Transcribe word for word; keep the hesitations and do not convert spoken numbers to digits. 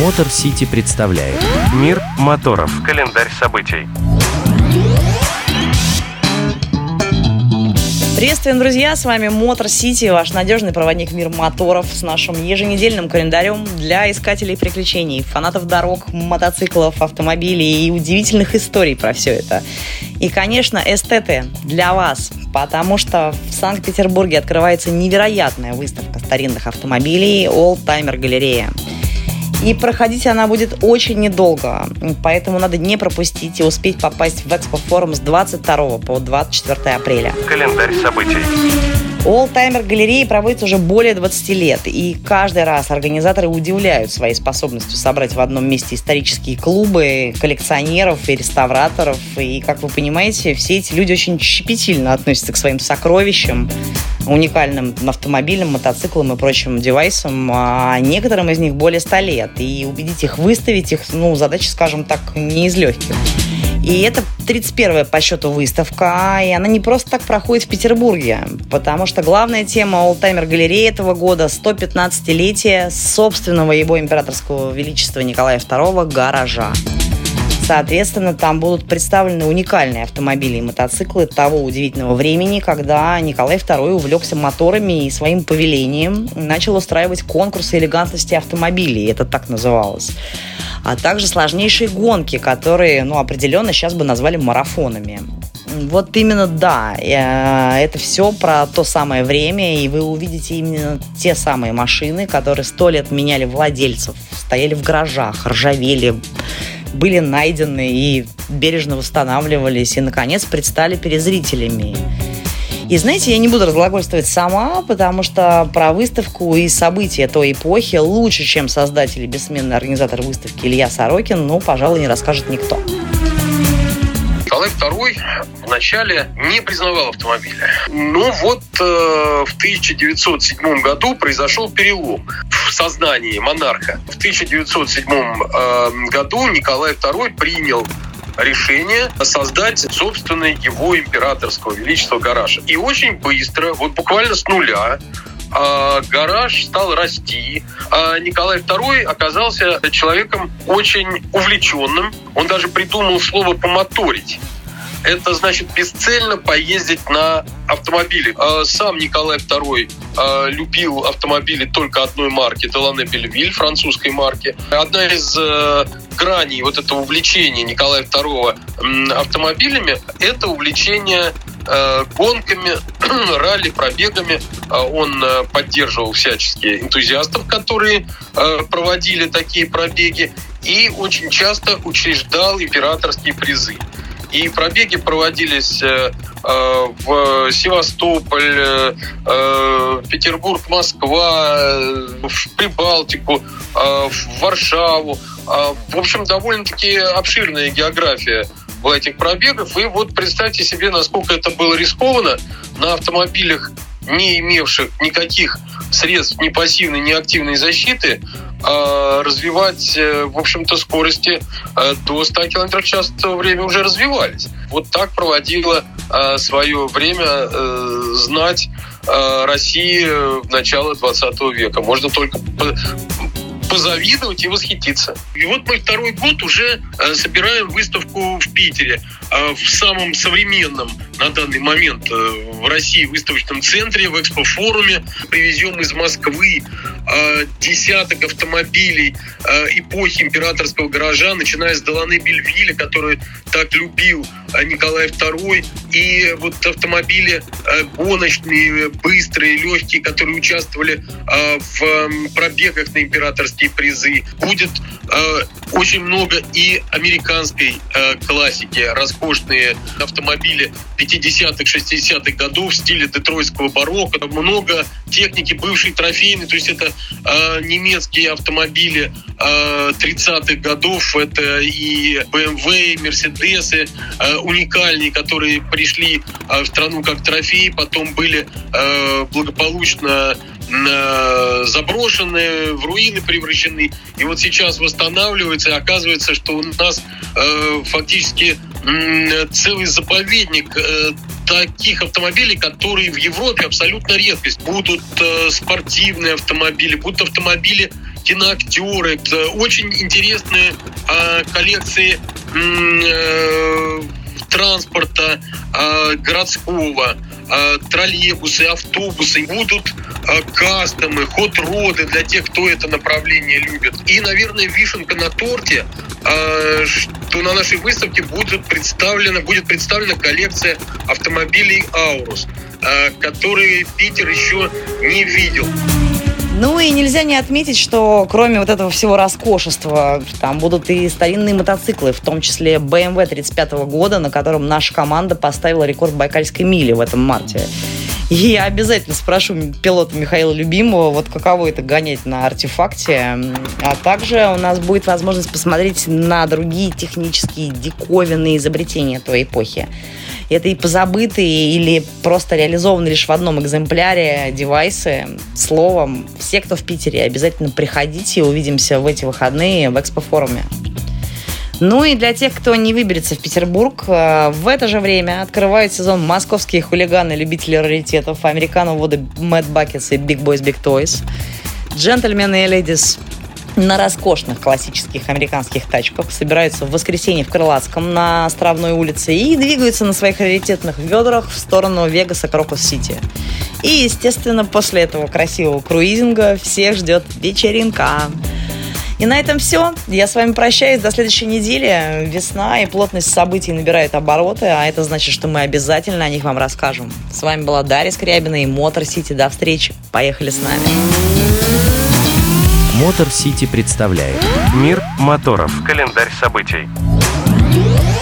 Мотор Сити представляет Мир моторов. Календарь событий. Приветствуем, друзья! С вами Мотор Сити, ваш надежный проводник в мир моторов с нашим еженедельным календарем для искателей приключений, фанатов дорог, мотоциклов, автомобилей и удивительных историй про все это. И, конечно, эстеты для вас, потому что в Санкт-Петербурге открывается невероятная выставка старинных автомобилей «Олдтаймер Галерея». И проходить она будет очень недолго, поэтому надо не пропустить и успеть попасть в Экспофорум с двадцать второго по двадцать четвёртое апреля. Календарь событий. Олдтаймер Галереи проводится уже более двадцати лет, и каждый раз организаторы удивляют своей способностью собрать в одном месте исторические клубы, коллекционеров и реставраторов. И, как вы понимаете, все эти люди очень щепетильно относятся к своим сокровищам, уникальным автомобилям, мотоциклам и прочим девайсам, а некоторым из них более ста лет. И убедить их выставить их, ну, задача, скажем так, не из легких. И это тридцать первая по счету выставка, и она не просто так проходит в Петербурге, потому что главная тема Олдтаймер Галереи этого года – сто пятнадцатилетие собственного его императорского величества Николая второго гаража. Соответственно, там будут представлены уникальные автомобили и мотоциклы того удивительного времени, когда Николай второй увлекся моторами и своим повелением начал устраивать конкурсы элегантности автомобилей, это так называлось. А также сложнейшие гонки, которые, ну, определенно сейчас бы назвали марафонами. Вот именно, да, это все про то самое время, и вы увидите именно те самые машины, которые сто лет меняли владельцев, стояли в гаражах, ржавели, были найдены и бережно восстанавливались, и, наконец, предстали перед зрителями. И знаете, я не буду разглагольствовать сама, потому что про выставку и события той эпохи лучше, чем создатель и бессменный организатор выставки Илья Сорокин, ну, пожалуй, не расскажет никто. Николай второй вначале не признавал автомобиля. Но вот э, в тысяча девятьсот седьмом году произошел перелом в сознании монарха. В тысяча девятьсот седьмом э, году Николай второй принял решение создать собственный его императорского величества гараж. И очень быстро, вот буквально с нуля, гараж стал расти. Николай второй оказался человеком очень увлеченным. Он даже придумал слово «помоторить». Это значит бесцельно поездить на автомобиле. Сам Николай второй любил автомобили только одной марки, Делане Бельвиль, французской марки. Одна из граней вот этого увлечения Николая второго автомобилями – это увлечение гонками, ралли, пробегами. Он поддерживал всячески энтузиастов, которые проводили такие пробеги, и очень часто учреждал императорские призы. И пробеги проводились э, э, в Севастополь, э, Петербург, Москва, э, в Прибалтику, э, в Варшаву. Э, в общем, довольно-таки обширная география была этих пробегов. И вот представьте себе, насколько это было рискованно на автомобилях, не имевших никаких средств ни пассивной, ни активной защиты, развивать, в общем-то, скорости до ста километров в час в то время уже развивались. Вот так проводила свое время знать России начала двадцатого века. Можно только позавидовать и восхититься. И вот мы второй год уже собираем выставку в Питере, в самом современном на данный момент в России выставочном центре, в Экспофоруме. Привезем из Москвы десяток автомобилей эпохи императорского гаража, начиная с Делане Бельвиля, который так любил Николай второй, и вот автомобили гоночные, быстрые, легкие, которые участвовали в пробегах на императорские призы. Будет очень много и американской классики, роскошные автомобили пятидесятых, шестидесятых годов в стиле детройтского барокко, много техники бывшей трофейной, то есть это э, немецкие автомобили э, тридцатых годов, это и бэ эм вэ, и Мерседесы э, уникальные, которые пришли э, в страну как трофей, потом были э, благополучно э, заброшены, в руины превращены, и вот сейчас восстанавливаются, и оказывается, что у нас э, фактически э, целый заповедник э, таких автомобилей, которые в Европе абсолютно редкость. Будут э, спортивные автомобили, будут автомобили киноактеры, очень интересные э, коллекции э, транспорта э, городского, э, троллейбусы, автобусы, будут э, кастомы, хот-роды для тех, кто это направление любит. И, наверное, вишенка на торте, э, что на нашей выставке будет представлена, будет представлена коллекция автомобилей «Аурус», э, которые Питер еще не видел. Ну и нельзя не отметить, что кроме вот этого всего роскошества, там будут и старинные мотоциклы, в том числе бэ эм вэ тридцать пятого года, на котором наша команда поставила рекорд Байкальской мили в этом марте. И я обязательно спрошу пилота Михаила Любимого, вот каково это гонять на артефакте. А также у нас будет возможность посмотреть на другие технические диковинные изобретения той эпохи. Это и позабытые, или просто реализованы лишь в одном экземпляре девайсы. Словом, все, кто в Питере, обязательно приходите, увидимся в эти выходные в экспофоруме. Ну и для тех, кто не выберется в Петербург, в это же время открывают сезон московские хулиганы, любители раритетов, американо-воды Mad Buckets и Big Boys Big Toys, джентльмены и ледис на роскошных классических американских тачках собираются в воскресенье в Крылатском на Островной улице и двигаются на своих раритетных ведрах в сторону Вегаса, Крокус-Сити. И, естественно, после этого красивого круизинга всех ждет вечеринка. И на этом все. Я с вами прощаюсь до следующей недели. Весна и плотность событий набирает обороты, а это значит, что мы обязательно о них вам расскажем. С вами была Дарья Скрябина и Мотор Сити. До встречи. Поехали с нами. Мотор Сити представляет Мир моторов. Календарь событий.